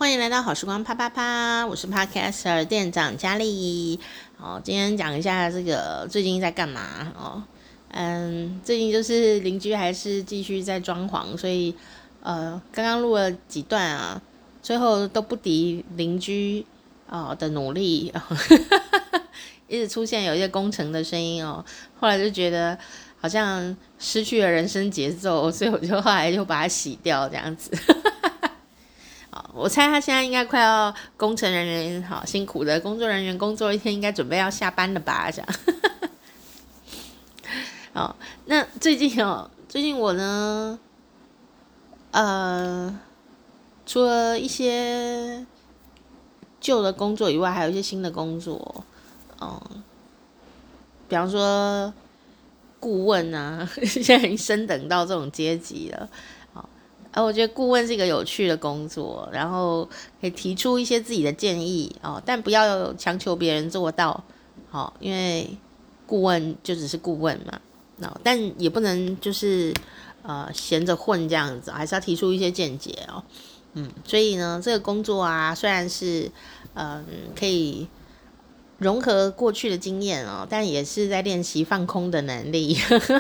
欢迎来到好时光啪啪啪，我是 Podcaster 店长佳丽。今天讲一下这个最近在干嘛哦。最近就是邻居还是继续在装潢，所以刚刚录了几段啊，最后都不敌邻居的努力，一直出现有一些工程的声音哦。后来就觉得好像失去了人生节奏，所以我就后来就把它洗掉这样子。我猜他现在应该快要工程人员好辛苦的工作人员工作一天，应该准备要下班了吧？这样。那最近我呢，除了一些旧的工作以外，还有一些新的工作，比方说顾问啊，现在已经升等到这种阶级了。我觉得顾问是一个有趣的工作，然后可以提出一些自己的建议但不要强求别人做到，因为顾问就只是顾问嘛，但也不能就是闲着混这样子，还是要提出一些见解所以呢，这个工作啊，虽然是可以融合过去的经验但也是在练习放空的能力，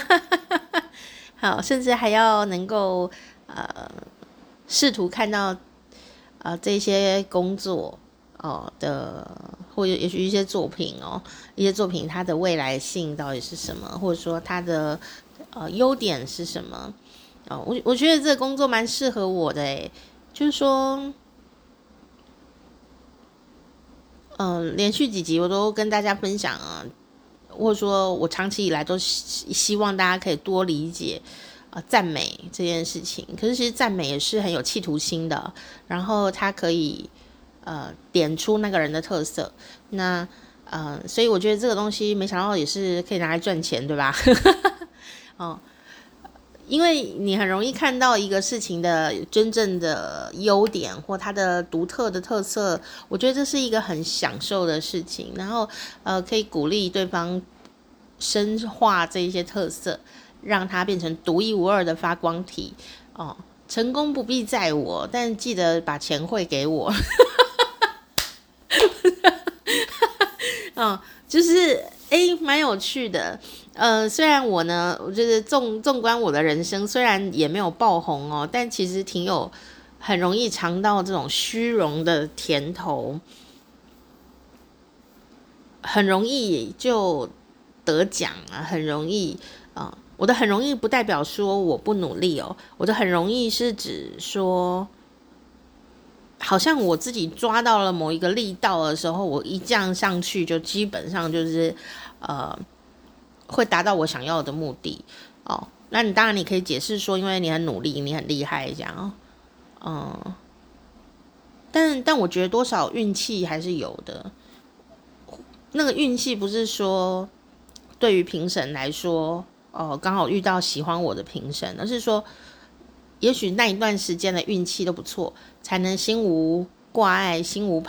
好，甚至还要能够试图看到这些工作的，或者也许一些作品它的未来性到底是什么，或者说它的优点是什么我觉得这个工作蛮适合我的就是说连续几集我都跟大家分享或者说我长期以来都希望大家可以多理解赞美这件事情。可是其实赞美也是很有企图心的，然后它可以点出那个人的特色。那所以我觉得这个东西没想到也是可以拿来赚钱，对吧？因为你很容易看到一个事情的真正的优点或它的独特的特色，我觉得这是一个很享受的事情。然后可以鼓励对方深化这一些特色，让它变成独一无二的发光体成功不必在我，但记得把钱汇给我。就是蛮有趣的。虽然我呢，我觉得纵观我的人生，虽然也没有爆红但其实很容易尝到这种虚荣的甜头，很容易就得奖很容易我的很容易不代表说我不努力我的很容易是指说，好像我自己抓到了某一个力道的时候，我一降上去就基本上就是会达到我想要的目的那你当然你可以解释说，因为你很努力，你很厉害这样但我觉得多少运气还是有的。那个运气不是说对于评审来说刚好遇到喜欢我的评审，而是说也许那一段时间的运气都不错，才能心无挂碍，心无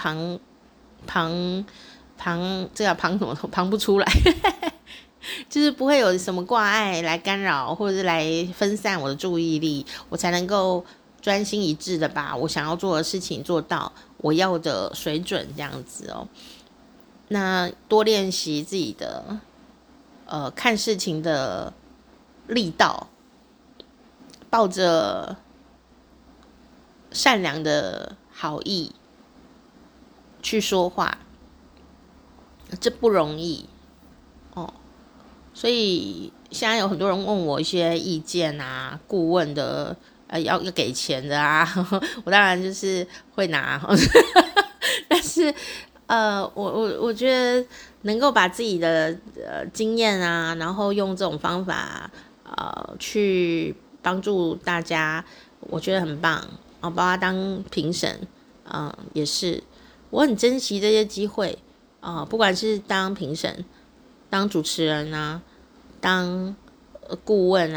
这样旁什么旁不出来就是不会有什么挂碍来干扰，或者是来分散我的注意力，我才能够专心一致的把我想要做的事情做到我要的水准这样子那多练习自己的看事情的力道，抱着善良的好意去说话，这不容易所以现在有很多人问我一些意见顾问的要给钱的我当然就是会拿但是我觉得能够把自己的经验然后用这种方法去帮助大家，我觉得很棒包括当评审也是，我很珍惜这些机会不管是当评审、当主持人当顾问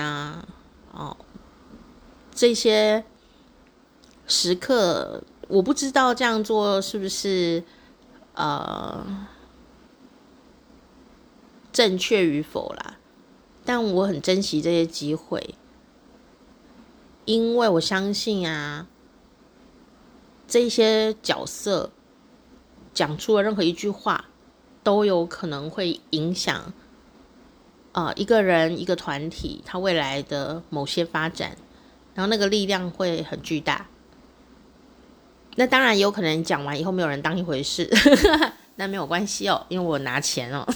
这些时刻，我不知道这样做是不是正确与否啦，但我很珍惜这些机会，因为我相信这些角色讲出了任何一句话，都有可能会影响一个人一个团体他未来的某些发展，然后那个力量会很巨大。那当然也有可能讲完以后没有人当一回事那没有关系哦，因为我拿钱哦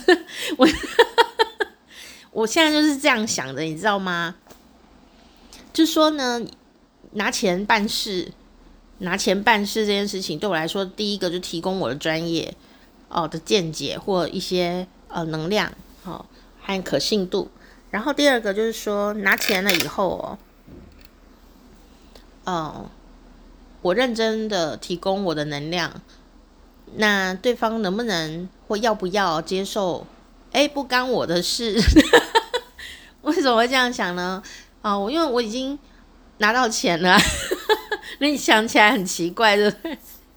我现在就是这样想的，你知道吗？就是说呢，拿钱办事这件事情对我来说，第一个就提供我的专业的见解或一些能量和可信度，然后第二个就是说拿钱了以后我认真的提供我的能量，那对方能不能或要不要接受，不干我的事为什么会这样想呢？因为我已经拿到钱了那你想起来很奇怪对不对？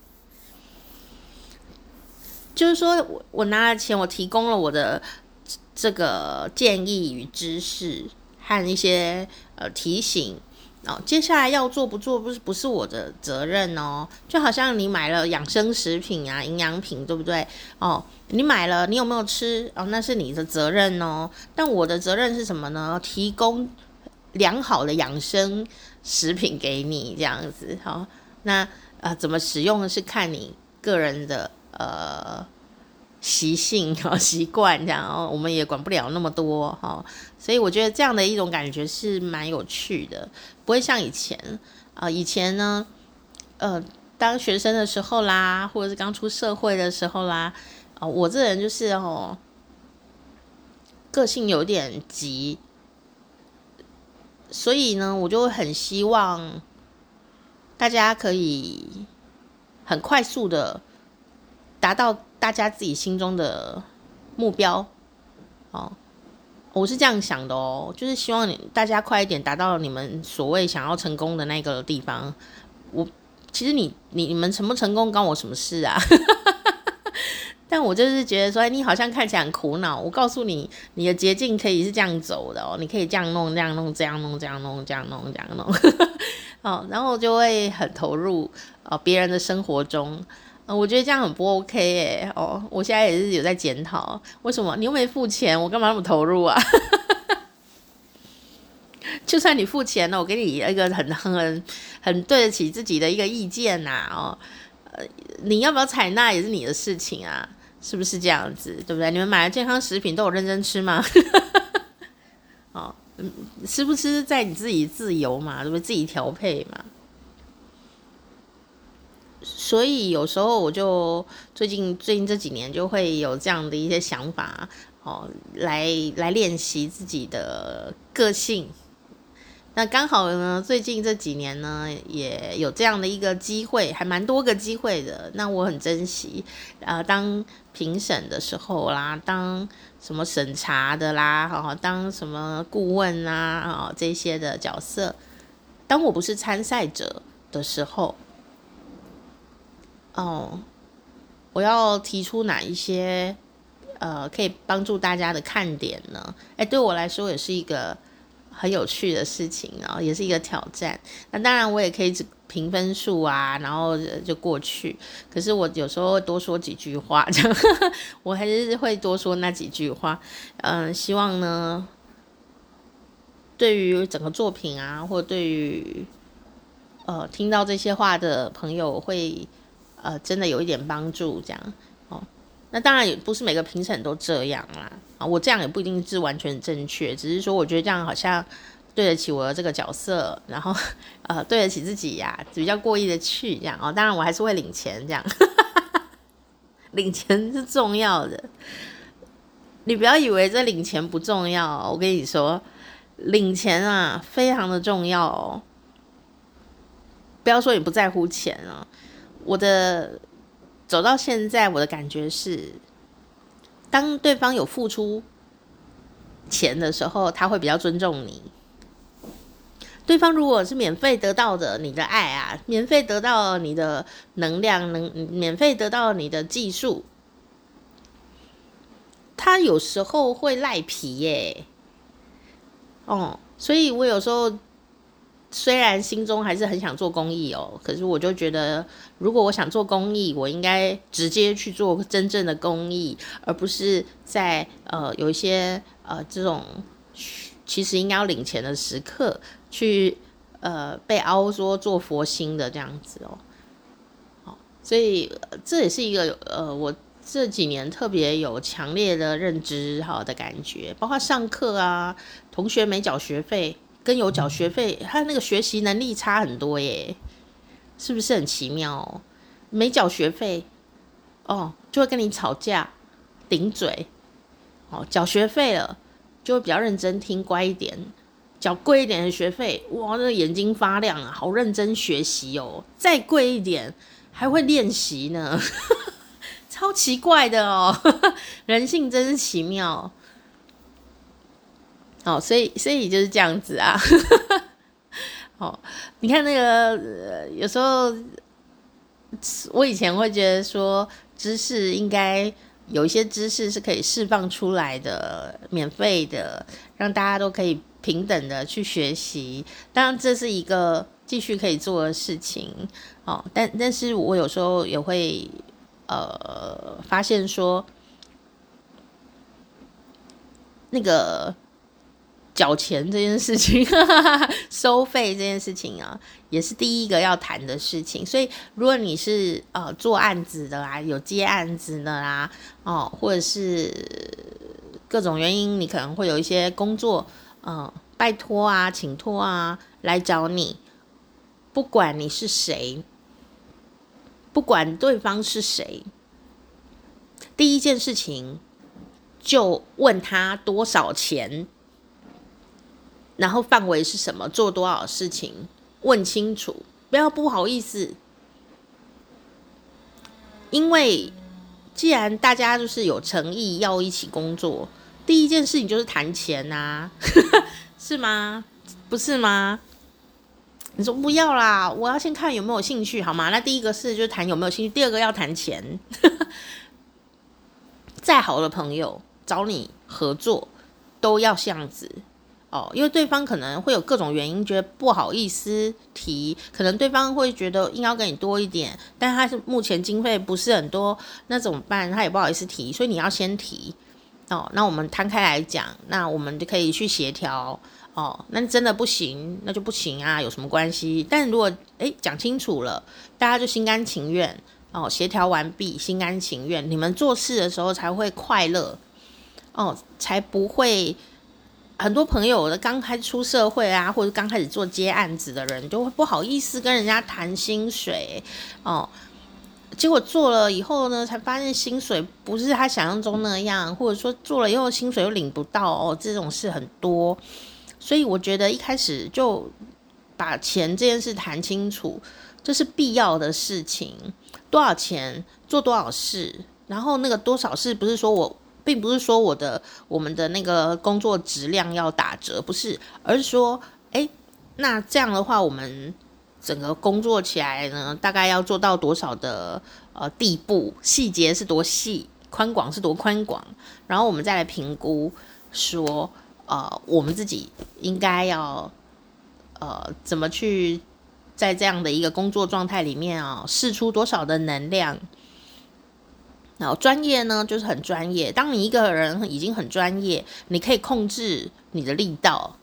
就是说我拿了钱，我提供了我的这个建议与知识和一些提醒接下来要做不做不是我的责任就好像你买了养生食品啊营养品对不对你买了你有没有吃那是你的责任但我的责任是什么呢？提供良好的养生食品给你这样子那怎么使用是看你个人的习性习惯这样我们也管不了那么多所以我觉得这样的一种感觉是蛮有趣的，不会像以前以前呢当学生的时候啦，或者是刚出社会的时候啦我这人就是个性有点急，所以呢我就会很希望大家可以很快速的达到大家自己心中的目标我是这样想的就是希望大家快一点达到你们所谓想要成功的那个地方。其实你们成不成功关我什么事啊但我就是觉得说你好像看起来很苦恼，我告诉你你的捷径可以是这样走的你可以这样弄这样弄这样弄这样弄这样弄这样弄然后就会很投入别人的生活中我觉得这样很不 OK 我现在也是有在检讨，为什么你又没付钱，我干嘛那么投入啊就算你付钱了，我给你一个很对得起自己的一个意见你要不要采纳也是你的事情啊，是不是这样子？对不对？你们买的健康食品都有认真吃吗吃不吃在你自己自由嘛，对不对？自己调配嘛。所以有时候我就最近这几年就会有这样的一些想法来练习自己的个性。那刚好呢最近这几年呢也有这样的一个机会，还蛮多个机会的，那我很珍惜当评审的时候啦，当什么审查的啦当什么顾问这些的角色，当我不是参赛者的时候我要提出哪一些可以帮助大家的看点呢？对我来说也是一个很有趣的事情也是一个挑战。那当然我也可以只评分数然后就过去，可是我有时候会多说几句话这样我还是会多说那几句话希望呢对于整个作品或对于听到这些话的朋友会真的有一点帮助这样那当然也不是每个评审都这样啦我这样也不一定是完全正确，只是说我觉得这样好像对得起我的这个角色，然后对得起自己比较过意的去这样当然我还是会领钱这样领钱是重要的，你不要以为这领钱不重要我跟你说领钱非常的重要不要说你不在乎钱我的走到现在我的感觉是，当对方有付出钱的时候他会比较尊重你，对方如果是免费得到的你的爱免费得到你的能量免费得到你的技术，他有时候会赖皮耶所以我有时候虽然心中还是很想做公益可是我就觉得，如果我想做公益，我应该直接去做真正的公益，而不是在有一些这种其实应该要领钱的时刻去被凹说做佛心的这样子所以这也是一个我这几年特别有强烈的认知的感觉，包括上课啊，同学没缴学费跟有缴学费，他那个学习能力差很多耶，是不是很奇妙没缴学费就会跟你吵架顶嘴缴学费了就会比较认真听，乖一点。缴贵一点的学费，哇，那眼睛发亮啊，好认真学习再贵一点还会练习呢超奇怪的人性真是奇妙所以就是这样子啊你看那个有时候我以前会觉得说知识应该有一些知识是可以释放出来的，免费的，让大家都可以平等的去学习，当然这是一个继续可以做的事情但是我有时候也会发现说那个缴钱这件事情收费这件事情也是第一个要谈的事情。所以如果你是做案子的啦，有接案子的啦或者是各种原因你可能会有一些工作拜托啊请托啊来找你，不管你是谁，不管对方是谁，第一件事情就问他多少钱，然后范围是什么，做多少事情，问清楚，不要不好意思。因为既然大家就是有诚意要一起工作，第一件事情就是谈钱啊是吗？不是吗？你说不要啦，我要先看有没有兴趣好吗？那第一个是就是谈有没有兴趣，第二个要谈钱再好的朋友找你合作都要这样子因为对方可能会有各种原因觉得不好意思提，可能对方会觉得应该要给你多一点，但他是目前经费不是很多，那怎么办？他也不好意思提，所以你要先提那我们摊开来讲，那我们就可以去协调那真的不行那就不行啊，有什么关系？但如果讲清楚了，大家就心甘情愿协调完毕，心甘情愿，你们做事的时候才会快乐才不会。很多朋友刚开始出社会啊，或者刚开始做接案子的人，就会不好意思跟人家谈薪水结果做了以后呢，才发现薪水不是他想象中那样，或者说做了以后薪水又领不到这种事很多。所以我觉得一开始就把钱这件事谈清楚，这是必要的事情。多少钱做多少事，然后那个多少事不是说并不是说我们的那个工作质量要打折，不是，而是说那这样的话我们整个工作起来呢，大概要做到多少的地步，细节是多细，宽广是多宽广，然后我们再来评估说我们自己应该要怎么去在这样的一个工作状态里面释出多少的能量。然后专业呢就是很专业，当你一个人已经很专业，你可以控制你的力道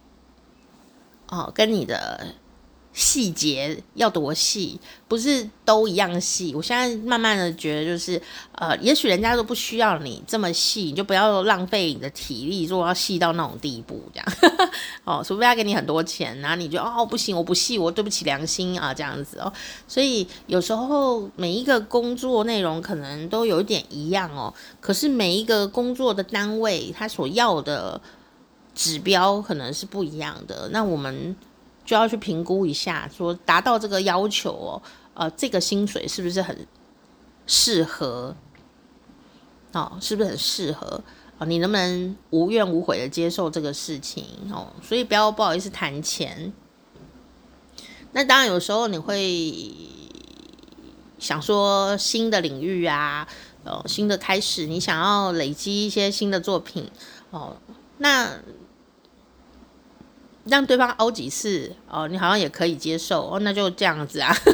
跟你的细节要多细，不是都一样细。我现在慢慢的觉得就是也许人家都不需要你这么细，你就不要浪费你的体力做到细到那种地步这样除非他给你很多钱，然后你就不行我不细，我对不起良心这样子所以有时候每一个工作内容可能都有一点一样可是每一个工作的单位他所要的指标可能是不一样的，那我们就要去评估一下，说达到这个要求这个薪水是不是很适合是不是很适合你能不能无怨无悔的接受这个事情所以不好意思谈钱。那当然有时候你会想说新的领域啊新的开始，你想要累积一些新的作品那让对方凹几次哦，你好像也可以接受哦，那就这样子啊，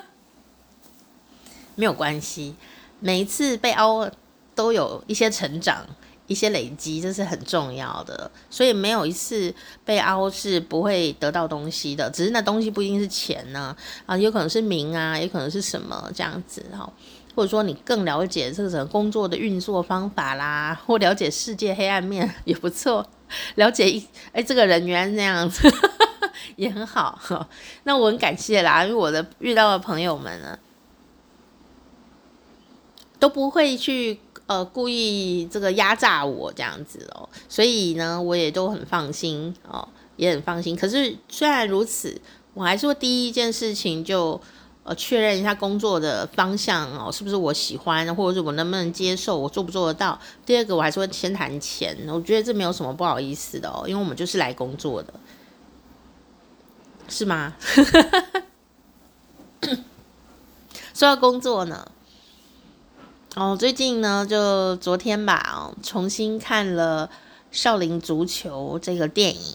没有关系。每一次被凹都有一些成长，一些累积，这是很重要的。所以没有一次被凹是不会得到东西的，只是那东西不一定是钱呢，有可能是名啊，也可能是什么这样子哈。或者说你更了解这个工作的运作方法啦，或了解世界黑暗面也不错，了解这个人原来是那样子也很好。那我很感谢啦，因为我的遇到的朋友们呢，都不会去故意这个压榨我这样子哦，所以呢我也都很放心哦，也很放心。可是虽然如此，我还是会第一件事情就确认一下工作的方向哦，是不是我喜欢，或者是我能不能接受，我做不做得到。第二个我还是会先谈钱，我觉得这没有什么不好意思的哦，因为我们就是来工作的，是吗？说到工作呢，最近呢就昨天吧，重新看了《少林足球》这个电影。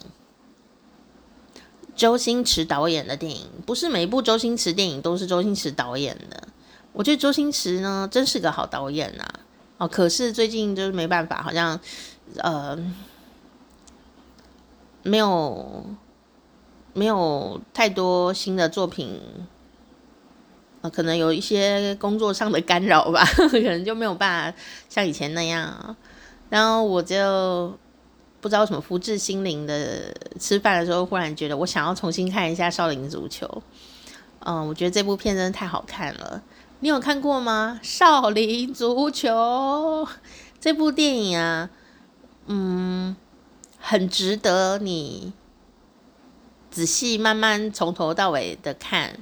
周星驰导演的电影，不是每一部周星驰电影都是周星驰导演的。我觉得周星驰呢，真是个好导演啊。可是最近就是没办法，好像没有太多新的作品，可能有一些工作上的干扰吧，可能就没有办法像以前那样。然后我就不知道什么福至心灵的，吃饭的时候忽然觉得我想要重新看一下《少林足球》。我觉得这部片真的太好看了。你有看过吗？《少林足球》这部电影啊，很值得你仔细慢慢从头到尾的看。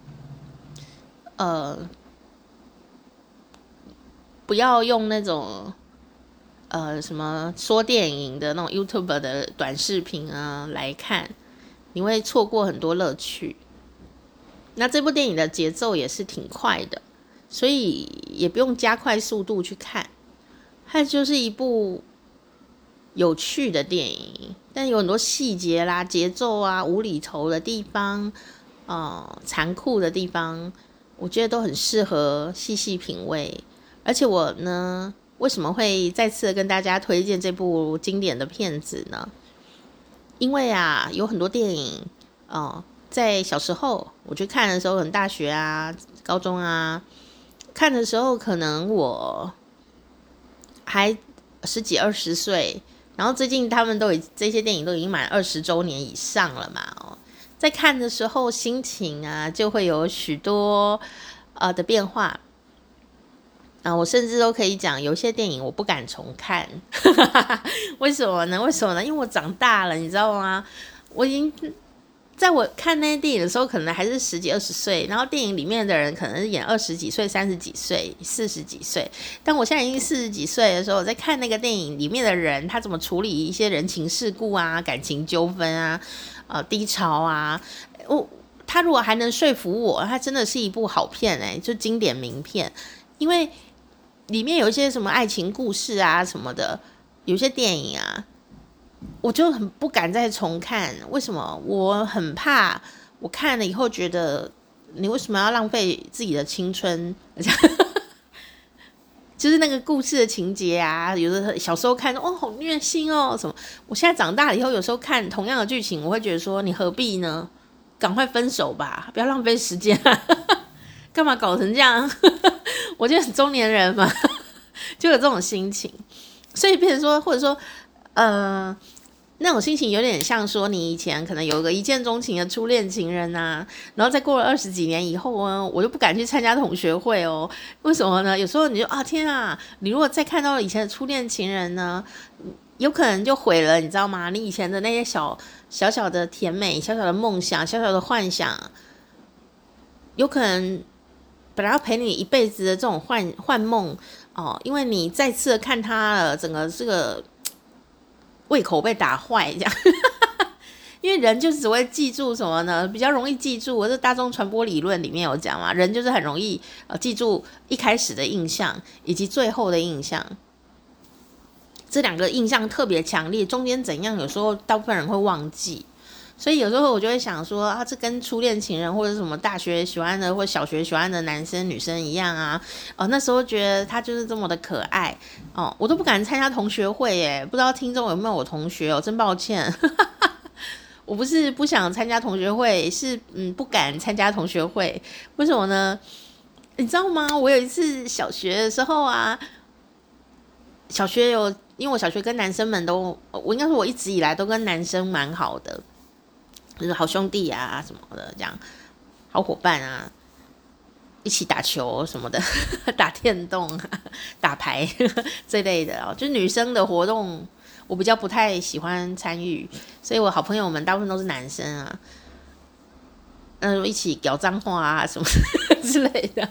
不要用那种什么说电影的那种 YouTube 的短视频啊来看，你会错过很多乐趣。那这部电影的节奏也是挺快的，所以也不用加快速度去看，它就是一部有趣的电影，但有很多细节啦、节奏啊、无厘头的地方、残酷的地方，我觉得都很适合细细品味。而且我呢，为什么会再次跟大家推荐这部经典的片子呢？因为有很多电影在小时候我去看的时候，很大学啊、高中啊看的时候，可能我还10几20岁，然后最近他们这些电影都已经满20周年以上了嘛，在看的时候心情就会有许多的变化。我甚至都可以讲，有些电影我不敢重看。为什么呢？因为我长大了，你知道吗？我已经在我看那些电影的时候，可能还是10几20岁，然后电影里面的人可能是演20几岁、30几岁、40几岁。但我现在已经40几岁的时候，我在看那个电影里面的人，他怎么处理一些人情世故啊、感情纠纷低潮他如果还能说服我，他真的是一部好片就经典名片。因为里面有一些什么爱情故事什么的，有些电影我就很不敢再重看。为什么？我很怕我看了以后觉得你为什么要浪费自己的青春？就是那个故事的情节有的小时候看好虐心什么。我现在长大了以后，有时候看同样的剧情，我会觉得说你何必呢？赶快分手吧，不要浪费时间干嘛搞成这样？我觉得中年人嘛，就有这种心情，所以变成说，或者说，那种心情有点像说，你以前可能有个一见钟情的初恋情人然后再过了20几年以后呢，我就不敢去参加同学会哦。为什么呢？有时候你就天啊，你如果再看到以前的初恋情人呢，有可能就毁了，你知道吗？你以前的那些小小的甜美、小小的梦想、小小的幻想，有可能本来要陪你一辈子的这种幻梦因为你再次的看他了，整个这个胃口被打坏这样。因为人就是只会记住什么呢？比较容易记住，我这大众传播理论里面有讲嘛，人就是很容易记住一开始的印象以及最后的印象，这两个印象特别强烈，中间怎样有时候大部分人会忘记。 所以有时候我就会想说啊，这跟初恋情人或者什么大学喜欢的或小学喜欢的男生女生一样啊。那时候觉得他就是这么的可爱我都不敢参加同学会耶，不知道听众有没有我同学真抱歉。我不是不想参加同学会，是不敢参加同学会。为什么呢？你知道吗？我有一次小学的时候啊，因为我小学跟男生们都，我应该说我一直以来都跟男生蛮好的，就是好兄弟啊什么的，这样好伙伴啊，一起打球什么的，打电动、打牌这类的就是女生的活动，我比较不太喜欢参与，所以我好朋友们大部分都是男生啊，一起搞脏话啊什么之类的。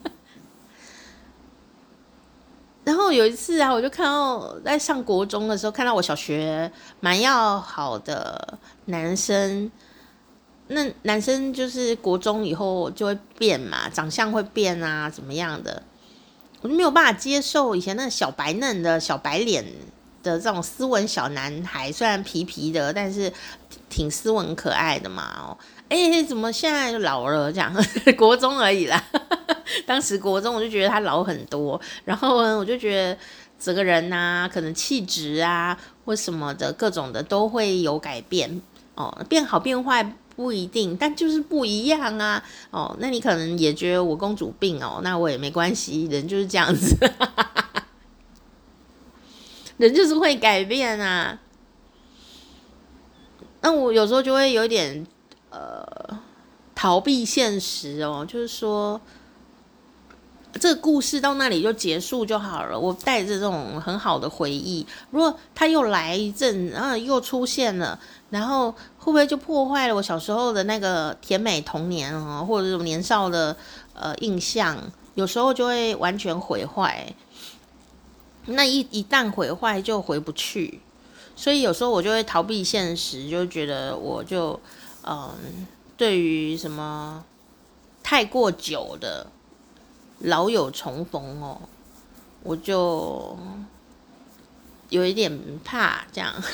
然后有一次啊，我就看到在上国中的时候，看到我小学蛮要好的男生，那男生就是国中以后就会变嘛，长相会变啊，怎么样的，我就没有办法接受以前那个小白嫩的小白脸的这种斯文小男孩，虽然皮皮的，但是挺斯文可爱的嘛怎么现在就老了这样？国中而已啦。当时国中我就觉得他老很多，然后呢，我就觉得整个人啊，可能气质啊或什么的各种的都会有改变变好变坏不一定，但就是不一样啊那你可能也觉得我公主病那我也没关系，人就是这样子，人就是会改变啊。那我有时候就会有点逃避现实就是说这个故事到那里就结束就好了，我带着这种很好的回忆，如果他又来一阵又出现了，然后会不会就破坏了我小时候的那个甜美童年或者这种年少的印象，有时候就会完全毁坏，那一旦毁坏就回不去，所以有时候我就会逃避现实，就觉得我就对于什么太过久的老友重逢我就有一点怕这样。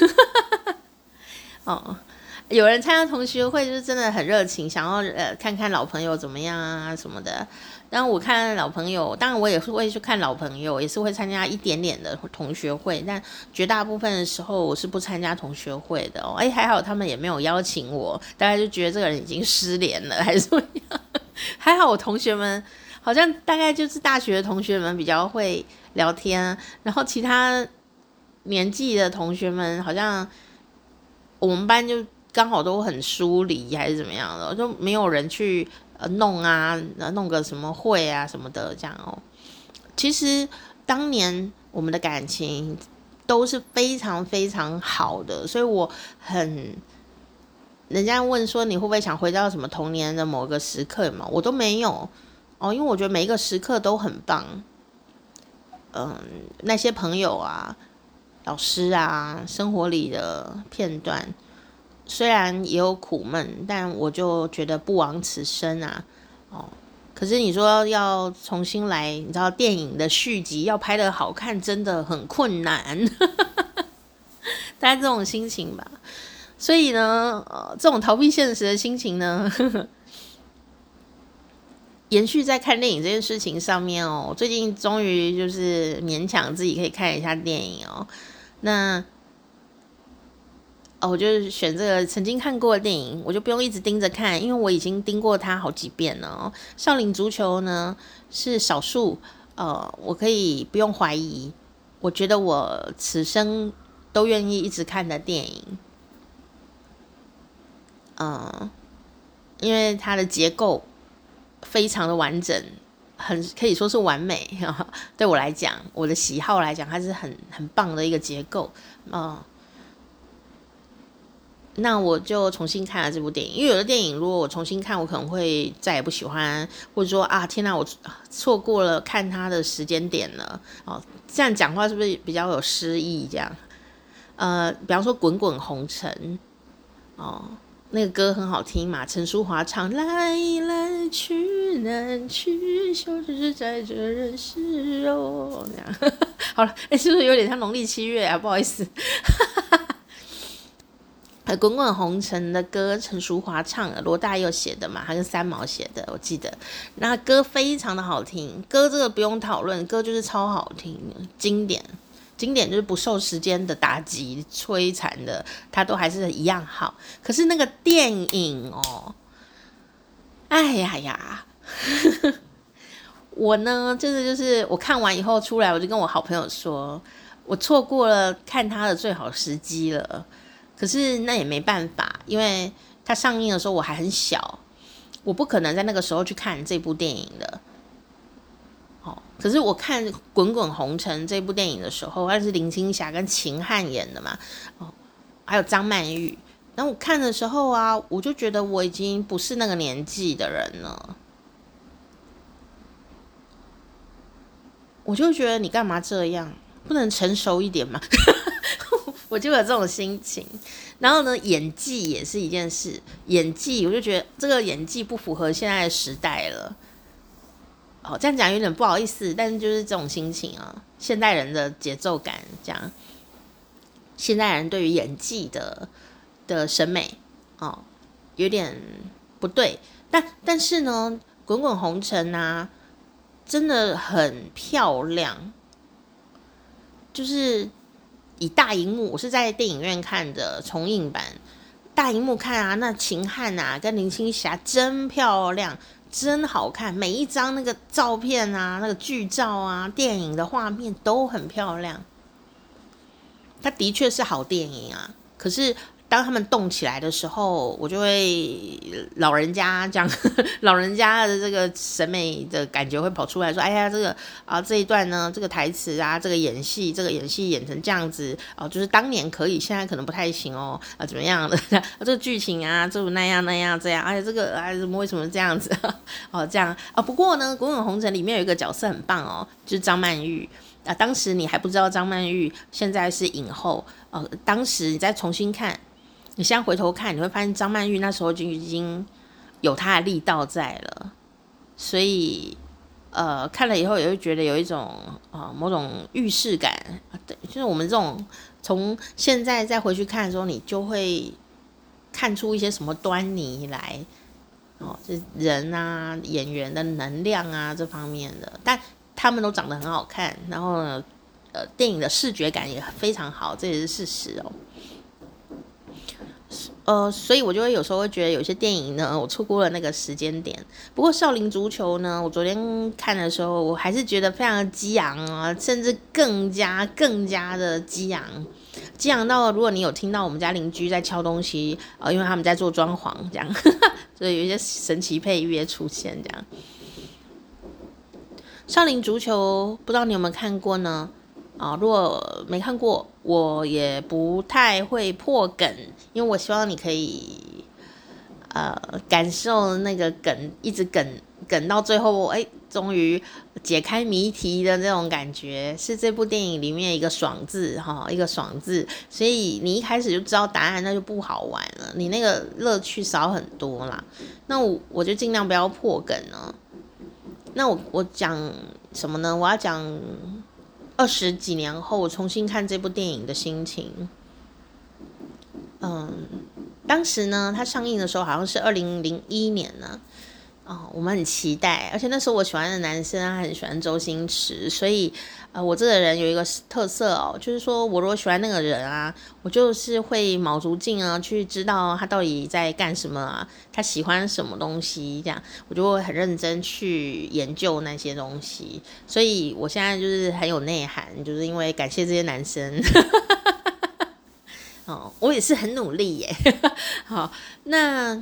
有人参加同学会就是真的很热情，想要看看老朋友怎么样啊什么的。然后我看老朋友，当然我也是会去看老朋友，也是会参加一点点的同学会，但绝大部分的时候我是不参加同学会的还好他们也没有邀请我，大概就觉得这个人已经失联了还是怎么样。还好我同学们好像大概就是大学的同学们比较会聊天，然后其他年纪的同学们好像我们班就刚好都很疏离还是怎么样的，就没有人去弄个什么会啊什么的这样其实当年我们的感情都是非常非常好的，所以我人家问说你会不会想回到什么童年的某个时刻嘛，我都没有因为我觉得每一个时刻都很棒。那些朋友啊老师啊生活里的片段虽然也有苦闷，但我就觉得不枉此生啊可是你说要重新来，你知道电影的续集要拍得好看真的很困难。大概这种心情吧。所以呢这种逃避现实的心情呢延续在看电影这件事情上面最近终于就是勉强自己可以看一下电影那我就选这个曾经看过的电影，我就不用一直盯着看，因为我已经盯过它好几遍了少林足球呢是少数我可以不用怀疑，我觉得我此生都愿意一直看的电影因为它的结构非常的完整，可以说是完美对我来讲，我的喜好来讲，它是很棒的一个结构那我就重新看了这部电影，因为有的电影如果我重新看，我可能会再也不喜欢，或者说天哪，我错过了看它的时间点了这样讲话是不是比较有诗意？这样比方说《滚滚红尘》那个歌很好听嘛，陈淑桦唱来来去难去，休止在这人世这样好了是不是有点像农历7月啊？不好意思。 滚滚红尘的歌，陈淑桦唱的，罗大佑写的嘛，他跟三毛写的，我记得。那歌非常的好听，歌这个不用讨论，歌就是超好听，经典，经典就是不受时间的打击摧残的，它都还是一样好。可是那个电影哦，哎呀呀，我呢，就是我看完以后出来，我就跟我好朋友说，我错过了看它的最好时机了。可是那也没办法，因为它上映的时候我还很小，我不可能在那个时候去看这部电影的。可是我看《滚滚红尘》这部电影的时候，它是林青霞跟秦汉演的嘛，还有张曼玉。然后我看的时候啊，我就觉得我已经不是那个年纪的人了，我就觉得你干嘛这样，不能成熟一点吗？我就有这种心情。然后呢，演技也是一件事，演技我就觉得这个演技不符合现在的时代了。这样讲有点不好意思，但是就是这种心情啊，现代人的节奏感，这样，现代人对于演技的审美有点不对。但是呢，滚滚红尘啊，真的很漂亮，就是以大荧幕，我是在电影院看的重映版，大荧幕看啊，那秦汉啊跟林青霞真漂亮，真好看，每一张那个照片啊，那个剧照啊，电影的画面都很漂亮。它的确是好电影啊，可是当他们动起来的时候，我就会老人家这样，老人家的这个审美的感觉会跑出来说：“哎呀，这个这一段呢，这个台词啊，这个演戏演成这样子就是当年可以，现在可能不太行哦怎么样的？这个剧情啊，这那样这样，这个怎么为什么这样子这样不过呢，《滚滚红尘》里面有一个角色很棒哦，就是张曼玉。当时你还不知道张曼玉现在是影后当时你再重新看，你现在回头看，你会发现张曼玉那时候就已经有她的力道在了，所以看了以后也会觉得有一种某种预示感就是我们这种从现在再回去看的时候，你就会看出一些什么端倪来就是人啊演员的能量啊这方面的，但他们都长得很好看，然后呢电影的视觉感也非常好，这也是事实所以我就会有时候会觉得有些电影呢，我错过了那个时间点。不过《少林足球》呢，我昨天看的时候，我还是觉得非常的激昂啊，甚至更加的激昂，激昂到如果你有听到我们家邻居在敲东西因为他们在做装潢这样，所以有一些神奇配乐出现这样。少林足球不知道你有没有看过呢？如果没看过，我也不太会破梗，因为我希望你可以感受那个梗，一直梗到最后，终于解开谜题的这种感觉，是这部电影里面一个爽字一个爽字，所以你一开始就知道答案，那就不好玩了，你那个乐趣少很多啦。那我就尽量不要破梗呢。那我讲什么呢？我要讲20几年后我重新看这部电影的心情。当时呢，它上映的时候好像是2001年呢。我们很期待，而且那时候我喜欢的男生他很喜欢周星驰，所以我这个人有一个特色就是说我如果喜欢那个人啊，我就是会卯足劲去知道他到底在干什么他喜欢什么东西，这样我就会很认真去研究那些东西，所以我现在就是很有内涵，就是因为感谢这些男生。我也是很努力耶。好，那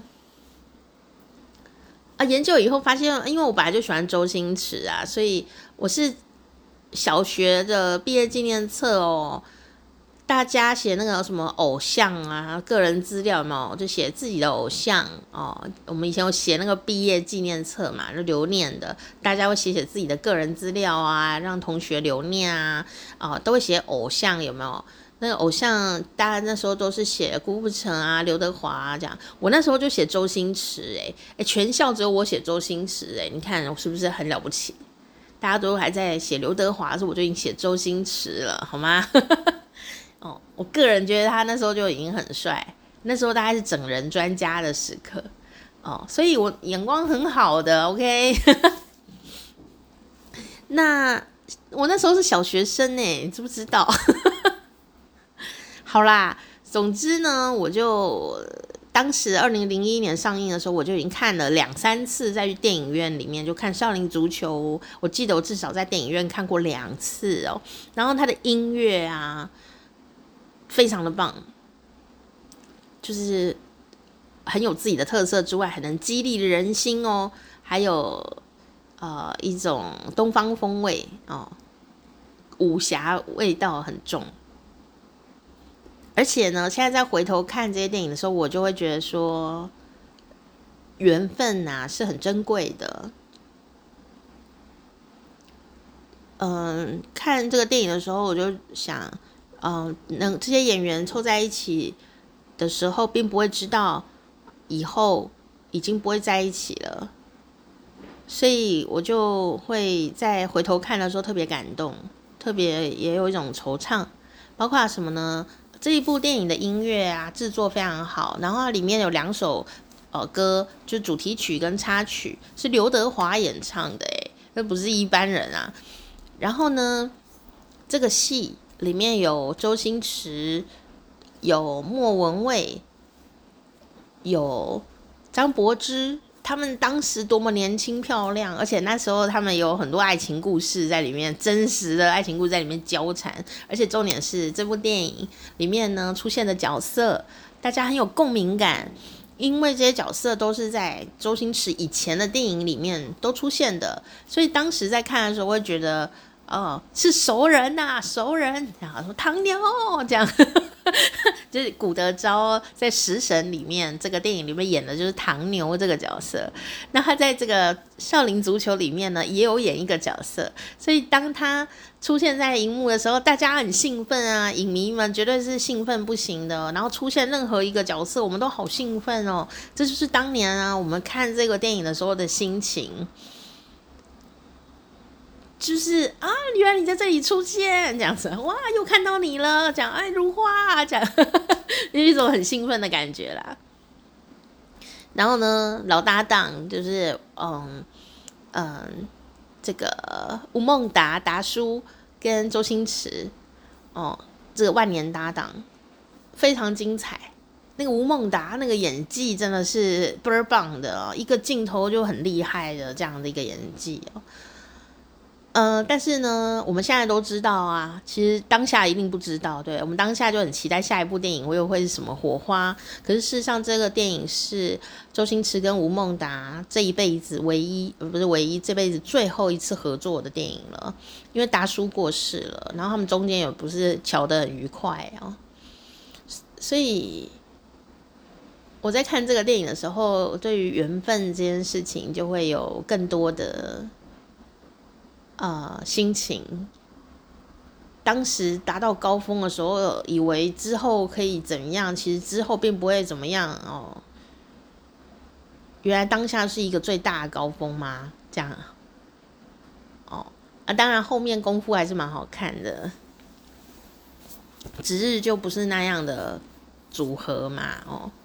研究以后发现，因为我本来就喜欢周星驰所以我是小学的毕业纪念册大家写那个什么偶像个人资料有没有，就写自己的偶像我们以前有写那个毕业纪念册嘛，就留念的，大家会写自己的个人资料让同学留念都会写偶像有没有？那个偶像大家那时候都是写郭富城刘德华这样，我那时候就写周星驰全校只有我写周星驰你看我是不是很了不起？大家都还在写刘德华，所以我就已经写周星驰了，好吗？我个人觉得他那时候就已经很帅， 那时候大概是整人专家的时刻哦，所以我眼光很好的 ，OK 。那我那时候是小学生欸，你知不知道？好啦，总之呢，我就当时2001年上映的时候，我就已经看了2-3次，在电影院里面就看《少林足球》，我记得我至少在电影院看过2次哦。然后它的音乐啊，非常的棒，就是很有自己的特色之外，很能激励人心哦，还有一种东方风味哦，武侠味道很重。而且呢，现在再回头看这些电影的时候，我就会觉得说，缘分啊是很珍贵的。看这个电影的时候，我就想，这些演员凑在一起的时候，并不会知道以后已经不会在一起了，所以我就会在回头看的时候特别感动，特别也有一种惆怅。包括什么呢？这一部电影的音乐啊，制作非常好，然后它里面有2首歌，就主题曲跟插曲是刘德华演唱的，那不是一般人啊。然后呢，这个戏里面有周星驰，有莫文蔚，有张柏芝，他们当时多么年轻漂亮，而且那时候他们有很多爱情故事在里面，真实的爱情故事在里面交缠，而且重点是这部电影里面呢出现的角色，大家很有共鸣感，因为这些角色都是在周星驰以前的电影里面都出现的，所以当时在看的时候会觉得，是熟人呐，熟人，然后说唐牛这样。就是古德昭在《食神》里面这个电影里面演的就是唐牛这个角色，那他在这个少林足球里面呢也有演一个角色，所以当他出现在荧幕的时候，大家很兴奋啊，影迷们绝对是兴奋不行的，然后出现任何一个角色我们都好兴奋哦，这就是当年啊我们看这个电影的时候的心情，就是啊，原来你在这里出现，这样子，哇，又看到你了，讲哎如花，讲有一种很兴奋的感觉啦。然后呢，老搭档就是这个吴孟达达叔跟周星驰这个万年搭档非常精彩。那个吴孟达那个演技真的是倍儿棒的一个镜头就很厉害的这样的一个演技但是呢，我们现在都知道啊，其实当下一定不知道，对，我们当下就很期待下一部电影又会是什么火花。可是事实上，这个电影是周星驰跟吴孟达这一辈子唯一，不是唯一，这辈子最后一次合作的电影了。因为达叔过世了，然后他们中间也不是瞧得很愉快所以我在看这个电影的时候，对于缘分这件事情就会有更多的心情。当时达到高峰的时候，以为之后可以怎么样，其实之后并不会怎么样原来当下是一个最大的高峰吗？这样当然后面功夫还是蛮好看的，只是就不是那样的组合嘛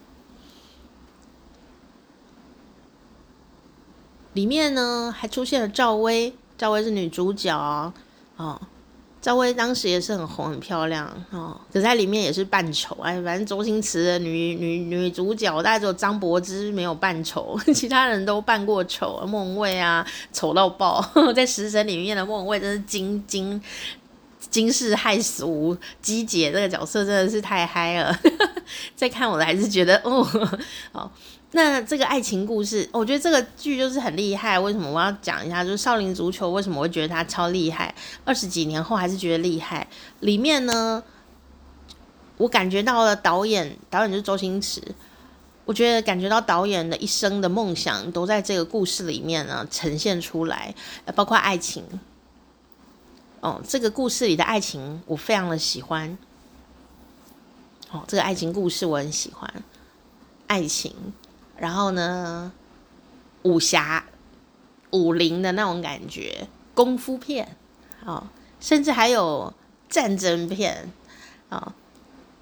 里面呢还出现了赵薇，赵薇是女主角赵薇当时也是很红很漂亮可是在里面也是扮丑反正周星驰的女主角大概只有张柏芝没有扮丑，其他人都扮过丑，莫文蔚啊丑到爆，在《食神》里面的莫文蔚真是惊世骇俗，姬姐这个角色真的是太嗨了再看我还是觉得那这个爱情故事，我觉得这个剧就是很厉害。为什么我要讲一下？就是少林足球为什么我会觉得它超厉害？20几年后还是觉得厉害。里面呢，我感觉到了导演就是周星驰。我觉得感觉到导演的一生的梦想都在这个故事里面呢呈现出来，包括爱情。这个故事里的爱情我非常的喜欢。这个爱情故事我很喜欢，爱情。然后呢，武侠、武林的那种感觉，功夫片甚至还有战争片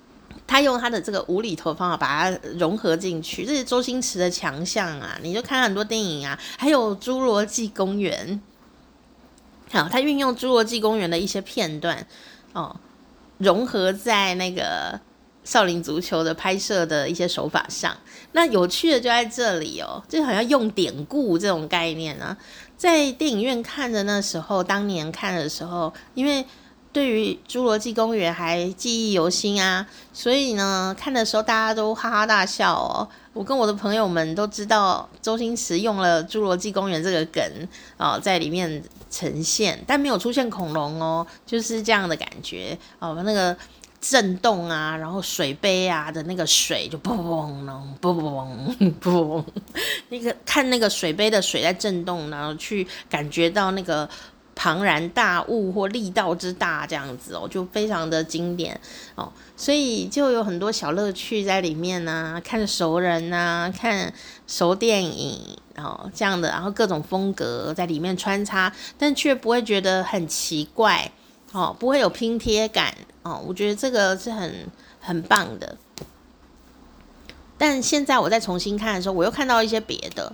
他用他的这个无厘头方法把它融合进去，这是周星驰的强项啊！你就看很多电影啊，还有《侏罗纪公园》，好，他运用《侏罗纪公园》的一些片段哦，融合在那个少林足球的拍摄的一些手法上。那有趣的就在这里哦，就好像用典故这种概念啊，在电影院看的那时候，当年看的时候，因为对于侏罗纪公园还记忆犹新啊，所以呢，看的时候大家都哈哈大笑哦。我跟我的朋友们都知道周星驰用了侏罗纪公园这个梗在里面呈现，但没有出现恐龙哦，就是这样的感觉哦，那个震动啊，然后水杯啊的那个水就砰砰砰砰砰，那个看那个水杯的水在震动，然后去感觉到那个庞然大物或力道之大，这样子哦，就非常的经典哦，所以就有很多小乐趣在里面啊，看熟人啊，看熟电影哦，这样的，然后各种风格在里面穿插，但却不会觉得很奇怪哦，不会有拼贴感哦，我觉得这个是很棒的。但现在我再重新看的时候，我又看到一些别的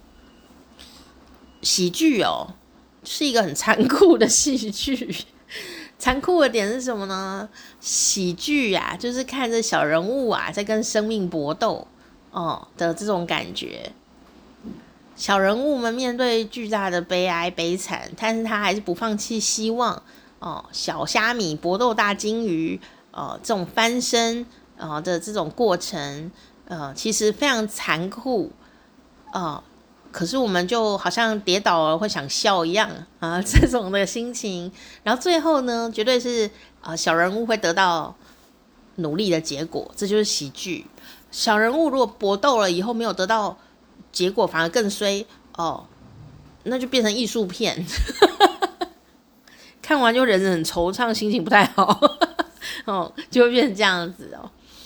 喜剧哦。是一个很残酷的戏剧，残酷的点是什么呢？喜剧啊，就是看着小人物啊在跟生命搏斗的这种感觉。小人物们面对巨大的悲哀悲惨，但是他还是不放弃希望小虾米搏斗大金鱼这种翻身的这种过程其实非常残酷可是我们就好像跌倒了会想笑一样这种的心情。然后最后呢，绝对是小人物会得到努力的结果，这就是喜剧。小人物如果搏斗了以后没有得到结果，反而更衰那就变成艺术片看完就人很惆怅，心情不太好就会变成这样子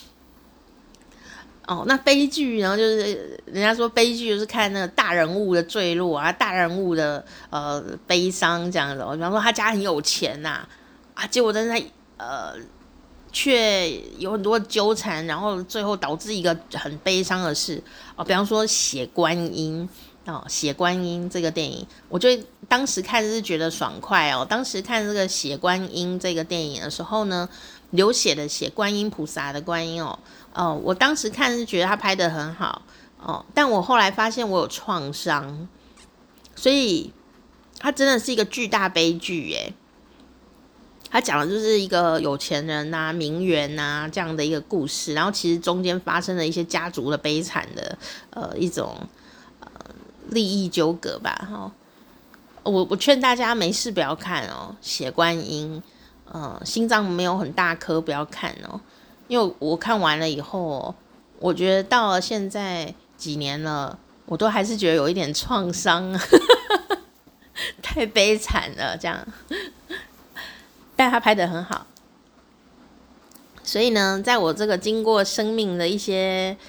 那悲剧呢？就是人家说悲剧就是看那个大人物的坠落啊，大人物的悲伤这样子比方说他家很有钱结果但是他却有很多纠缠，然后最后导致一个很悲伤的事比方说血观音血观音这个电影，我觉得当时看是觉得爽快当时看这个血观音这个电影的时候呢，流血的血，观音菩萨的观音我当时看是觉得他拍得很好但我后来发现我有创伤，所以他真的是一个巨大悲剧耶。他讲的就是一个有钱人名媛这样的一个故事，然后其实中间发生了一些家族的悲惨的一种利益纠葛吧我劝大家没事不要看血观音心脏没有很大颗不要看因为我看完了以后我觉得到了现在几年了，我都还是觉得有一点创伤太悲惨了这样但他拍得很好，所以呢，在我这个经过生命的一些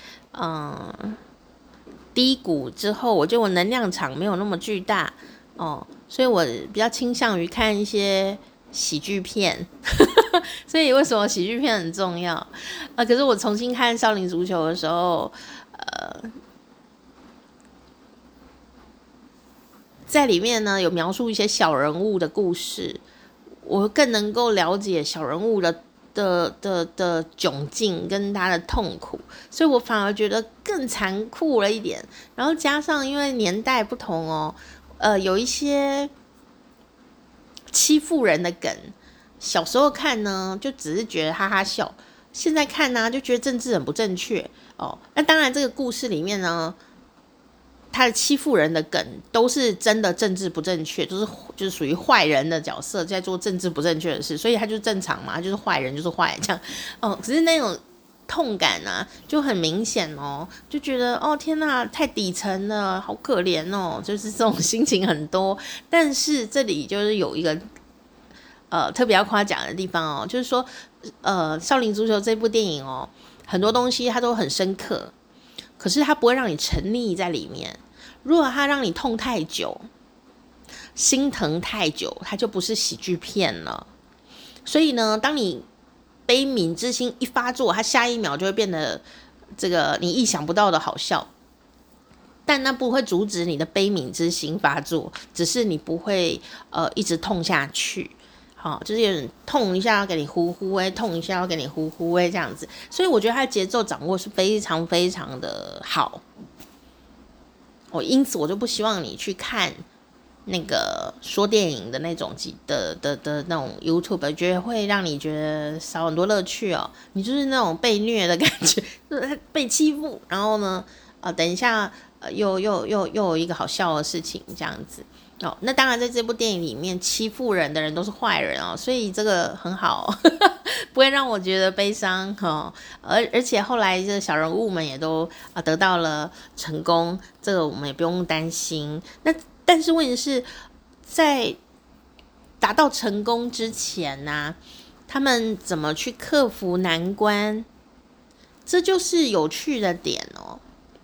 低谷之后，我觉得我能量场没有那么巨大所以我比较倾向于看一些喜剧片所以为什么喜剧片很重要可是我重新看少林足球的时候在里面呢有描述一些小人物的故事，我更能够了解小人物的窘境跟他的痛苦，所以我反而觉得更残酷了一点。然后加上因为年代不同有一些欺负人的梗，小时候看呢就只是觉得哈哈笑，现在看呢就觉得政治很不正确那当然这个故事里面呢他的欺负人的梗都是真的政治不正确，就是属于坏人的角色在做政治不正确的事，所以他就正常嘛，就是坏人就是坏这样可是那种痛感就很明显就觉得天哪太底层了，好可怜就是这种心情很多。但是这里就是有一个特别要夸奖的地方就是说少林足球这部电影很多东西它都很深刻，可是它不会让你沉溺在里面。如果它让你痛太久心疼太久，它就不是喜剧片了。所以呢当你悲悯之心一发作，它下一秒就会变得这个你意想不到的好笑。但那不会阻止你的悲悯之心发作，只是你不会一直痛下去。好，就是有点痛一下要给你呼呼痛一下要给你呼呼这样子。所以我觉得它的节奏掌握是非常非常的好。因此我就不希望你去看那个说电影的那种的那种 YouTube， 觉得会让你觉得少很多乐趣哦。你就是那种被虐的感觉，被欺负，然后呢，等一下，又有一个好笑的事情这样子。那当然在这部电影里面，欺负人的人都是坏人哦，所以这个很好，不会让我觉得悲伤哦。而且后来这小人物们也都得到了成功，这个我们也不用担心。但是问题是在达到成功之前呢，他们怎么去克服难关？这就是有趣的点哦，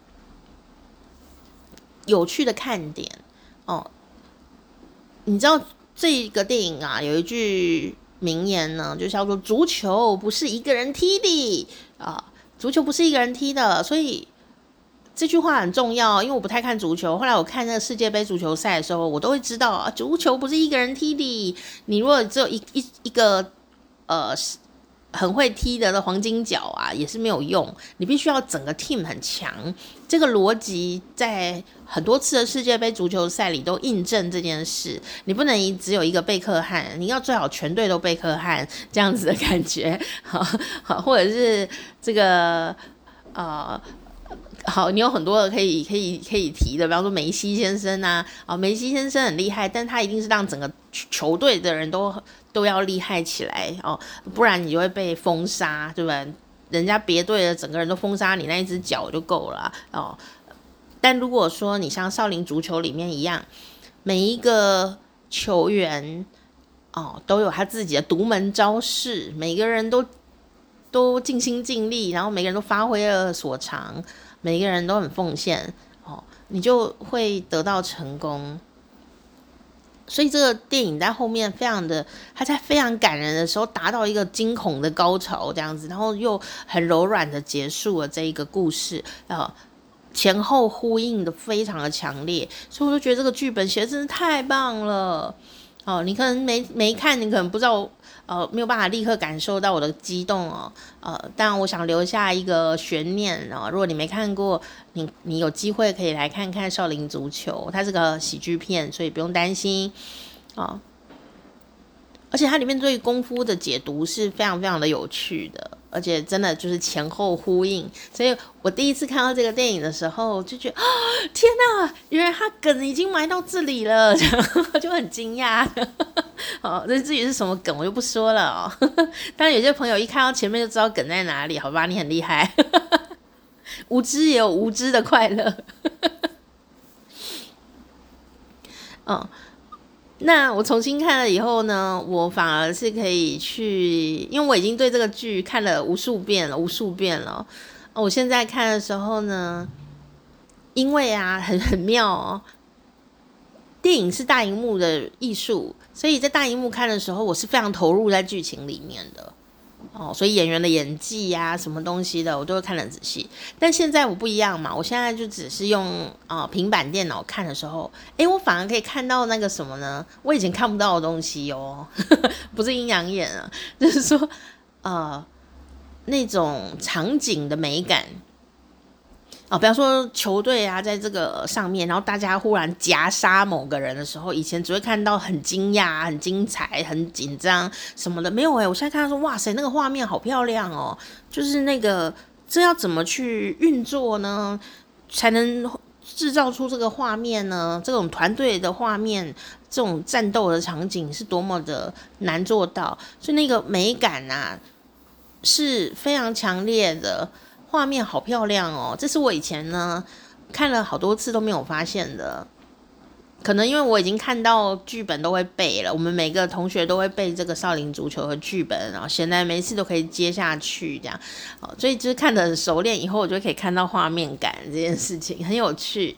有趣的看点哦。你知道这个电影啊，有一句名言呢，就叫做足球不是一个人踢的足球不是一个人踢的，所以这句话很重要。因为我不太看足球，后来我看那个世界杯足球赛的时候，我都会知道足球不是一个人踢的。你如果只有一个很会踢的黄金脚也是没有用，你必须要整个 team 很强。这个逻辑在很多次的世界杯足球赛里都印证这件事。你不能只有一个贝克汉，你要最好全队都贝克汉这样子的感觉。好，或者是这个好，你有很多的可以提的，比方说梅西先生梅西先生很厉害，但他一定是让整个球队的人都要厉害起来不然你就会被封杀，对吧？人家别队的整个人都封杀你那一只脚就够了但如果说你像少林足球里面一样，每一个球员都有他自己的独门招式，每个人都尽心尽力，然后每个人都发挥了所长，每个人都很奉献你就会得到成功。所以这个电影在后面它在非常感人的时候达到一个惊恐的高潮这样子，然后又很柔软的结束了这一个故事前后呼应的非常的强烈，所以我就觉得这个剧本写的真的太棒了你可能没看，你可能不知道没有办法立刻感受到我的激动但我想留下一个悬念如果你没看过，你有机会可以来看看《少林足球》，它是个喜剧片，所以不用担心而且它里面对功夫的解读是非常非常的有趣的，而且真的就是前后呼应。所以我第一次看到这个电影的时候就觉得天哪，原来他梗已经埋到这里了，就很惊讶这至于是什么梗我就不说了当然有些朋友一看到前面就知道梗在哪里，好吧，你很厉害无知也有无知的快乐那我重新看了以后呢，我反而是可以去，因为我已经对这个剧看了无数遍了我现在看的时候呢，因为很妙电影是大荧幕的艺术，所以在大荧幕看的时候我是非常投入在剧情里面的所以演员的演技什么东西的我都会看得很仔细。但现在我不一样嘛，我现在就只是用平板电脑看的时候我反而可以看到那个什么呢，我以前看不到的东西不是阴阳眼就是说那种场景的美感比方说球队在这个上面，然后大家忽然夹杀某个人的时候，以前只会看到很惊讶、很精彩、很紧张什么的，没有我现在看到说哇塞，那个画面好漂亮就是那个这要怎么去运作呢，才能制造出这个画面呢？这种团队的画面，这种战斗的场景是多么的难做到，所以那个美感是非常强烈的。画面好漂亮这是我以前呢看了好多次都没有发现的。可能因为我已经看到剧本都会背了，我们每个同学都会背这个少林足球和剧本，然后现在每次都可以接下去这样所以就是看得很熟练以后，我就可以看到画面感这件事情很有趣。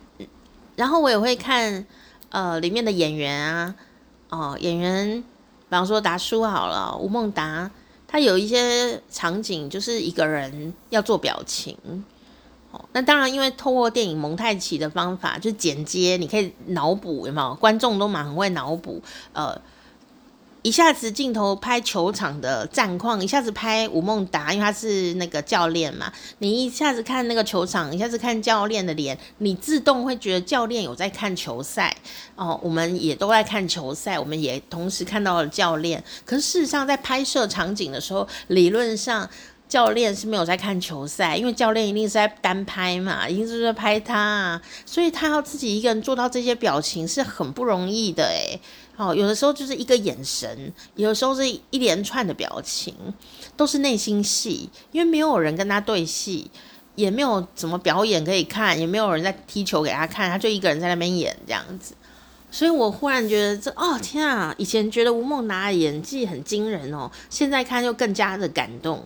然后我也会看里面的演员演员方说达叔好了，吴孟达他有一些场景就是一个人要做表情。那当然，因为透过电影蒙太奇的方法，就是剪接，你可以脑补，有没有？观众都蛮会脑补，一下子镜头拍球场的战况，一下子拍吴孟达，因为他是那个教练嘛，你一下子看那个球场，一下子看教练的脸，你自动会觉得教练有在看球赛哦。我们也都在看球赛，我们也同时看到了教练。可是事实上，在拍摄场景的时候，理论上教练是没有在看球赛，因为教练一定是在单拍嘛，一定是在拍他啊，所以他要自己一个人做到这些表情是很不容易的诶。有的时候就是一个眼神，有的时候是一连串的表情，都是内心戏，因为没有人跟他对戏，也没有什么表演可以看，也没有人在踢球给他看，他就一个人在那边演这样子。所以我忽然觉得天啊，以前觉得吴孟达的演技很惊人哦，现在看就更加的感动。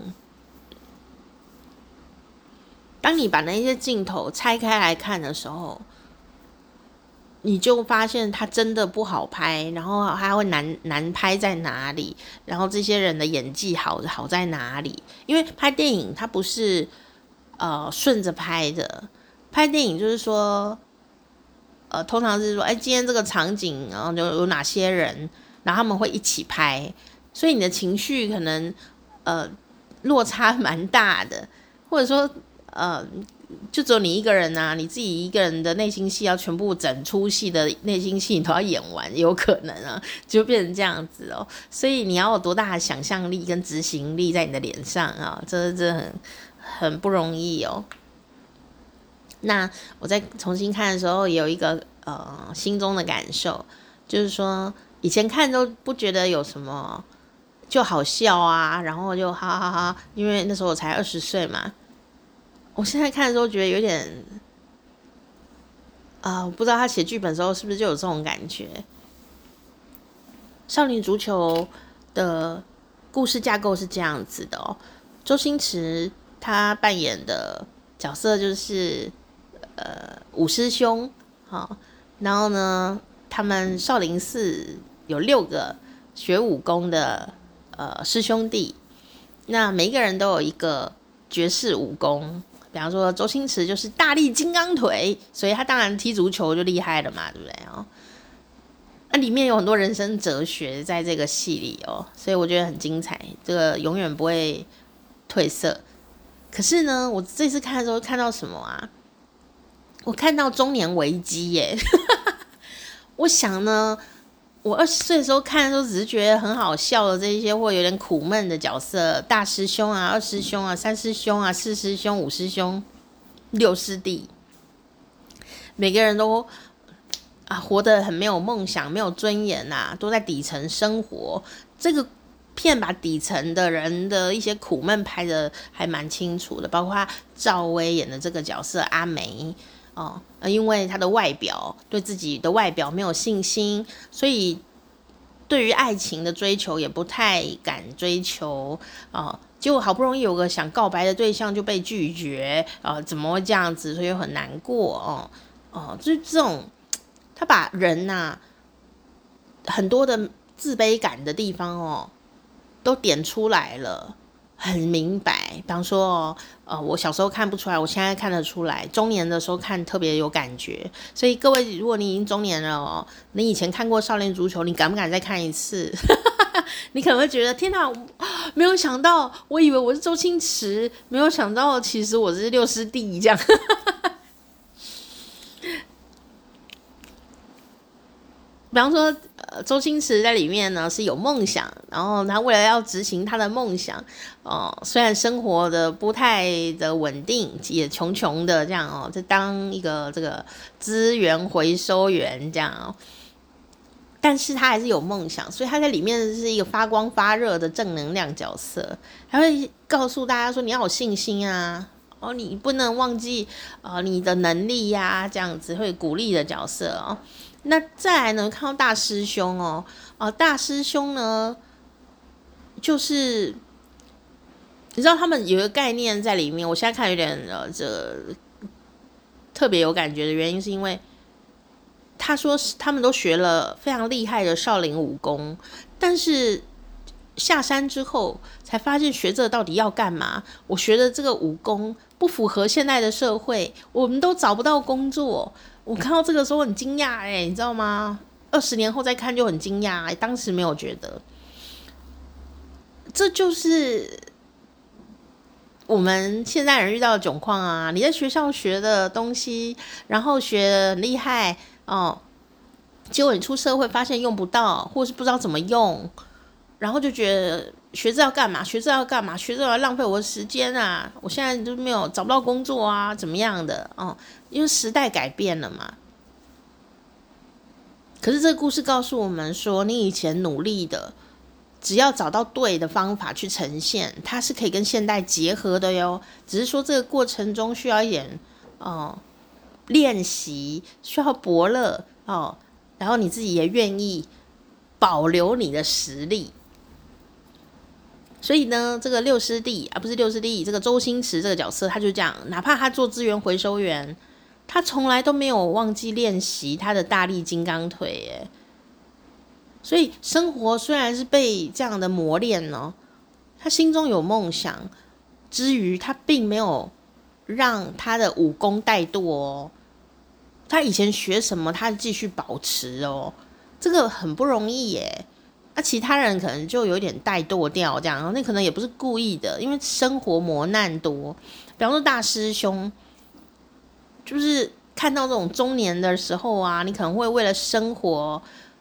当你把那些镜头拆开来看的时候，你就发现它真的不好拍，然后还会难拍在哪里，然后这些人的演技好在哪里？因为拍电影它不是顺着拍的，拍电影就是说通常是说今天这个场景然后就有哪些人，然后他们会一起拍，所以你的情绪可能落差蛮大的，或者说就只有你一个人啊，你自己一个人的内心戏要全部整出戏的内心戏你都要演完，有可能啊，就变成这样子哦。所以你要有多大的想象力跟执行力在你的脸上啊，这很不容易哦。那我在重新看的时候，也有一个心中的感受，就是说以前看都不觉得有什么，就好笑啊，然后就哈哈哈，因为那时候我才20岁嘛。我现在看的时候觉得有点我不知道他写剧本的时候是不是就有这种感觉。少林足球的故事架构是这样子的哦，周星驰他扮演的角色就是五师兄，然后呢，他们少林寺有6个学武功的师兄弟，那每一个人都有一个绝世武功。比方说周星驰就是大力金刚腿，所以他当然踢足球就厉害了嘛，对不对哦？那里面有很多人生哲学在这个戏里哦，所以我觉得很精彩，这个永远不会褪色。可是呢，我这次看的时候看到什么啊？我看到中年危机耶！我想呢，我20岁的时候看的时候，只是觉得很好笑的这一些，或有点苦闷的角色，大师兄啊、2师兄啊、3师兄啊、4师兄、5师兄、6师弟，每个人都活得很没有梦想、没有尊严啊，都在底层生活。这个片把底层的人的一些苦闷拍得还蛮清楚的，包括赵薇演的这个角色阿梅。因为他的外表，对自己的外表没有信心，所以对于爱情的追求也不太敢追求结果好不容易有个想告白的对象就被拒绝怎么会这样子？所以很难过就是这种他把人很多的自卑感的地方都点出来了。很明白，比方说我小时候看不出来，我现在看得出来，中年的时候看特别有感觉。所以各位，如果你已经中年了你以前看过少林足球，你敢不敢再看一次？你可能会觉得天哪，没有想到，我以为我是周星驰，没有想到其实我是6师弟这样。比方说周星驰在里面呢是有梦想，然后他为了要执行他的梦想虽然生活的不太的稳定，也穷穷的这样就当一个这个资源回收员这样但是他还是有梦想，所以他在里面是一个发光发热的正能量角色，他会告诉大家说你要有信心啊你不能忘记你的能力呀这样子会鼓励的角色那再来呢，看到大师兄大师兄呢，就是你知道他们有一个概念在里面，我现在看有点这特别有感觉的原因，是因为他说他们都学了非常厉害的少林武功，但是下山之后才发现学这到底要干嘛？我学的这个武功不符合现在的社会，我们都找不到工作。我看到这个时候很惊讶，你知道吗？20年后再看就很惊讶，当时没有觉得。这就是我们现在人遇到的窘况啊！你在学校学的东西，然后学得很厉害哦，结果你出社会发现用不到，或是不知道怎么用，然后就觉得学这要干嘛？学这要干嘛？学这要浪费我的时间啊！我现在都没有找不到工作啊，怎么样的哦？因为时代改变了嘛。可是这个故事告诉我们说，你以前努力的，只要找到对的方法去呈现，它是可以跟现代结合的哟。只是说这个过程中需要一点练习，需要伯乐哦，然后你自己也愿意保留你的实力。所以呢，这个六师弟不是六师弟，这个周星驰这个角色，他就这样，哪怕他做资源回收员，他从来都没有忘记练习他的大力金刚腿耶。所以生活虽然是被这样的磨练呢，他心中有梦想之余，他并没有让他的武功怠惰哦。他以前学什么，他继续保持哦，这个很不容易耶。其他人可能就有点怠惰掉，这样，那可能也不是故意的，因为生活磨难多。比方说大师兄，就是看到这种中年的时候啊，你可能会为了生活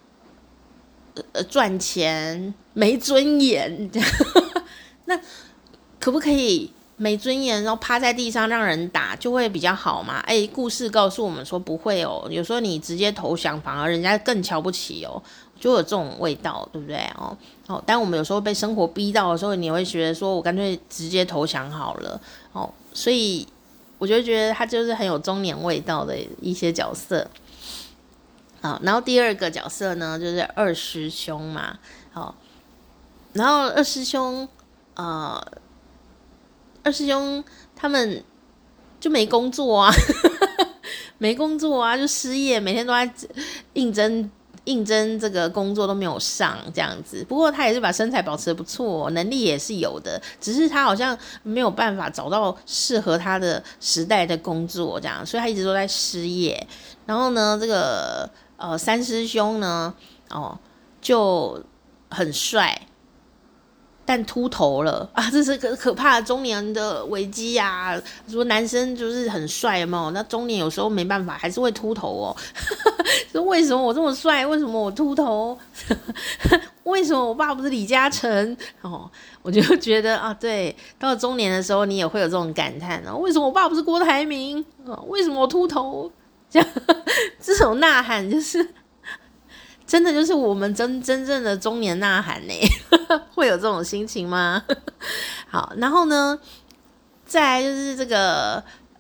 赚钱没尊严，那可不可以没尊严，然后趴在地上让人打就会比较好嘛？故事告诉我们说不会哦，有时候你直接投降，反而人家更瞧不起哦，就有这种味道，对不对哦？但我们有时候被生活逼到的时候，你也会觉得说我干脆直接投降好了哦。所以我就觉得他就是很有中年味道的一些角色。然后第二个角色呢，就是二师兄嘛，然后二师兄他们就没工作啊，没工作啊，就失业，每天都在应征这个工作都没有上这样子。不过他也是把身材保持得不错，能力也是有的，只是他好像没有办法找到适合他的时代的工作这样，所以他一直都在失业。然后呢，这个三师兄呢，就很帅，但秃头了啊！这是个可怕的中年的危机啊！说男生就是很帅嘛，那中年有时候没办法，还是会秃头哦。说为什么我这么帅？为什么我秃头？为什么我爸不是李嘉诚？我就觉得啊，对，到了中年的时候，你也会有这种感叹哦。为什么我爸不是郭台铭？为什么我秃头？这种呐喊就是真的，就是我们真正的中年呐喊呢，会有这种心情吗？好，然后呢，再来就是这个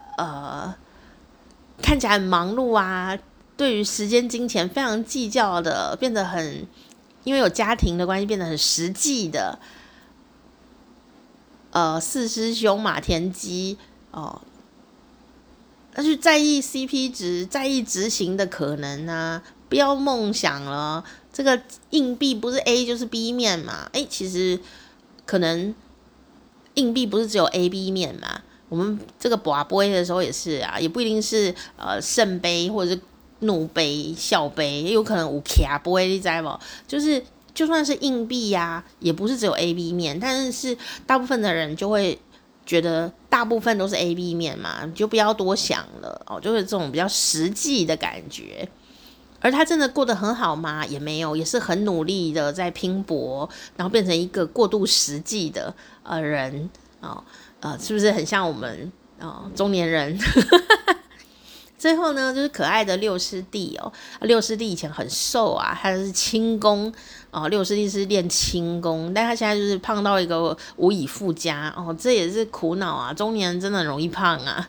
看起来很忙碌啊，对于时间金钱非常计较的，变得很因为有家庭的关系变得很实际的四师兄马田基他去在意 CP 值，在意执行的可能啊，不要梦想了。这个硬币不是 A 就是 B 面嘛？其实可能硬币不是只有 A、B 面嘛？我们这个拔杯的时候也是啊，也不一定是圣杯或者是怒杯、笑杯，也有可能有卡杯，你知道不？就是就算是硬币呀，也不是只有 A、B 面，但是大部分的人就会觉得大部分都是 A、B 面嘛，你就不要多想了就是这种比较实际的感觉。而他真的过得很好吗？也没有，也是很努力的在拼搏，然后变成一个过度实际的人是不是很像我们中年人？最后呢，就是可爱的六师弟六师弟以前很瘦啊，他是轻功六师弟是练轻功，但他现在就是胖到一个无以复加这也是苦恼啊，中年人真的很容易胖啊。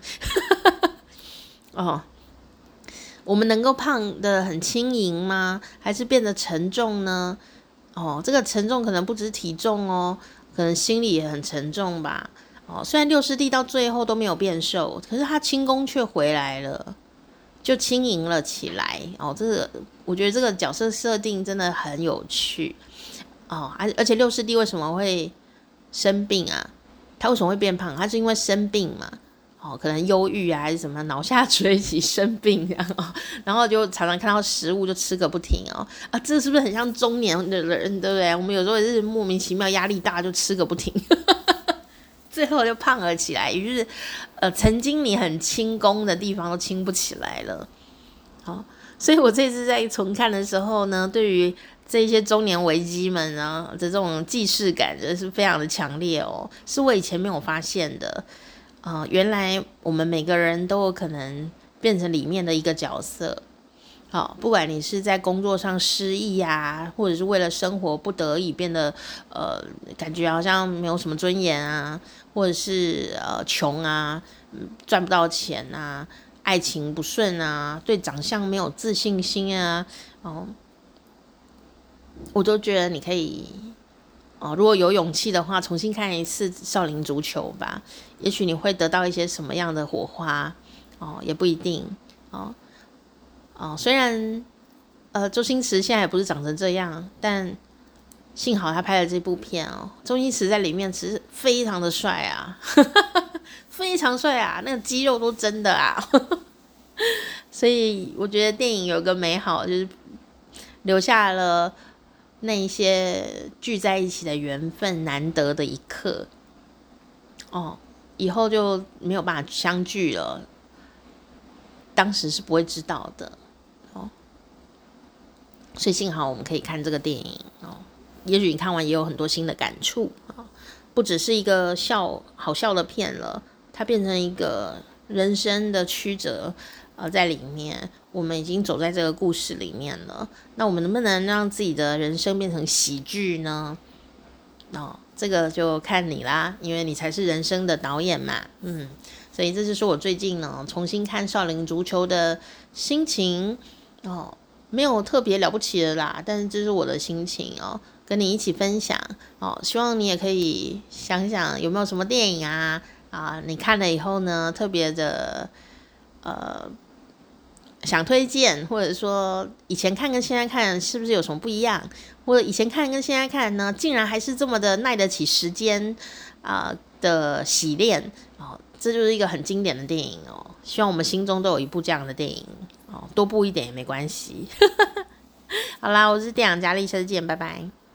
我们能够胖得很轻盈吗？还是变得沉重呢？这个沉重可能不只是体重可能心里也很沉重吧。虽然六师弟到最后都没有变瘦，可是他轻功却回来了， 就轻盈了起来哦。这个我觉得这个角色设定真的很有趣哦，而且六师弟为什么会生病啊？他为什么会变胖？他是因为生病嘛？哦，可能忧郁啊，还是什么脑下垂体生病这样哦，然后就常常看到食物就吃个不停哦啊，这是不是很像中年的人，对不对？我们有时候也是莫名其妙压力大就吃个不停，最后就胖了起来，于是曾经你很轻功的地方都轻不起来了。好，所以我这次在重看的时候呢，对于这些中年危机们啊的这种既视感，是非常的强烈哦，是我以前没有发现的。原来我们每个人都有可能变成里面的一个角色。好，不管你是在工作上失意啊，或者是为了生活不得已变得感觉好像没有什么尊严啊，或者是穷啊，赚不到钱啊，爱情不顺啊，对长相没有自信心啊，我都觉得你可以如果有勇气的话，重新看一次《少林足球》吧，也许你会得到一些什么样的火花也不一定虽然周星驰现在也不是长成这样，但幸好他拍了这部片周星驰在里面其实非常的帅啊，非常帅啊，那个肌肉都真的啊，所以我觉得电影有个美好，就是留下了那一些聚在一起的缘分，难得的一刻以后就没有办法相聚了，当时是不会知道的所以幸好我们可以看这个电影也许你看完也有很多新的感触不只是一个好笑的片了，它变成一个人生的曲折在里面，我们已经走在这个故事里面了，那我们能不能让自己的人生变成喜剧呢？这个就看你啦，因为你才是人生的导演嘛。所以这就是我最近呢重新看少林足球的心情没有特别了不起的啦，但是这是我的心情跟你一起分享希望你也可以想想有没有什么电影你看了以后呢特别的想推荐，或者说以前看跟现在看是不是有什么不一样，或者以前看跟现在看呢竟然还是这么的耐得起时间的洗练这就是一个很经典的电影希望我们心中都有一部这样的电影多部一点也没关系好啦，我是电影佳丽，下次见，拜拜。